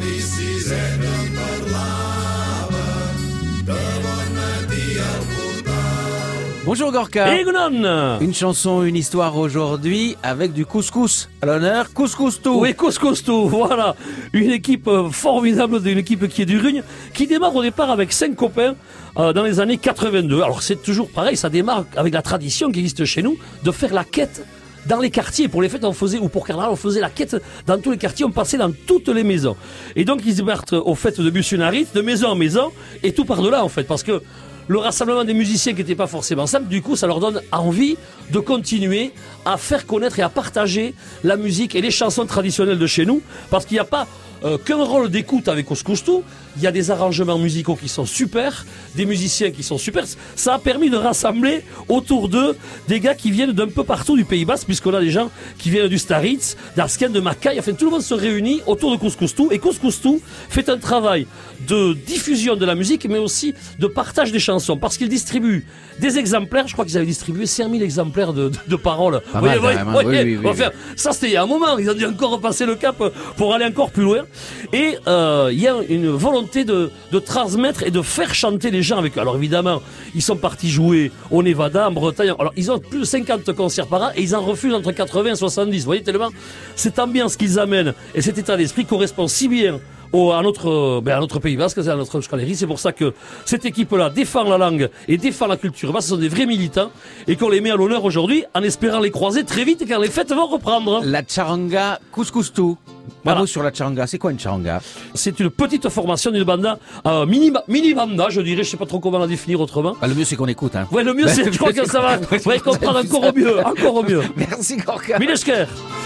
Bonjour Gorka. Et Gnon. Une chanson, une histoire aujourd'hui avec du couscous à l'honneur. Couscous tout. Oui, couscous tout, voilà. Une équipe formidable, une équipe qui est du Rugne, qui démarre au départ avec 5 copains dans les années 82. Alors c'est toujours pareil, ça démarre avec la tradition qui existe chez nous de faire la quête dans les quartiers. Pour les fêtes, on faisait, ou pour Carnaval, on faisait la quête dans tous les quartiers, on passait dans toutes les maisons. Et donc ils partent aux fêtes de Bussunarit, de maison en maison, et tout par-delà en fait, parce que le rassemblement des musiciens qui n'étaient pas forcément simples, du coup, ça leur donne envie de continuer à faire connaître et à partager la musique et les chansons traditionnelles de chez nous, parce qu'il n'y a pas qu'un rôle d'écoute avec Couscous Tout, il y a des arrangements musicaux qui sont super, des musiciens qui sont super. Ça a permis de rassembler autour d'eux des gars qui viennent d'un peu partout du Pays Basque, puisqu'on a des gens qui viennent du Staritz, d'Arsken, de Macaille, enfin tout le monde se réunit autour de Couscous Tout, et Couscous Tout fait un travail de diffusion de la musique, mais aussi de partage des chansons, parce qu'ils distribuent des exemplaires, je crois qu'ils avaient distribué 5000 exemplaires de paroles. Oui. Enfin, ça c'était il y a un moment, ils ont dû encore repasser le cap pour aller encore plus loin. Et il y a une volonté de transmettre et de faire chanter les gens avec eux. Alors évidemment, ils sont partis jouer au Nevada, en Bretagne. Alors ils ont plus de 50 concerts par an et ils en refusent entre 80 et 70. Vous voyez tellement cette ambiance qu'ils amènent et cet état d'esprit correspond si bien à notre Pays Basque, à notre Euskal-Herri. C'est pour ça que cette équipe-là défend la langue et défend la culture basque. Ce sont des vrais militants et qu'on les met à l'honneur aujourd'hui en espérant les croiser très vite quand les fêtes vont reprendre. La charanga Couscous Tout. Voilà. Bravo sur la charanga. C'est quoi une charanga? C'est une petite formation d'une banda, mini banda, je dirais, je sais pas trop comment la définir autrement. Le mieux c'est qu'on écoute. Hein. Ouais, le mieux c'est, je crois que ça va, vous allez comprendre encore au mieux. Merci Gorka. Milesker.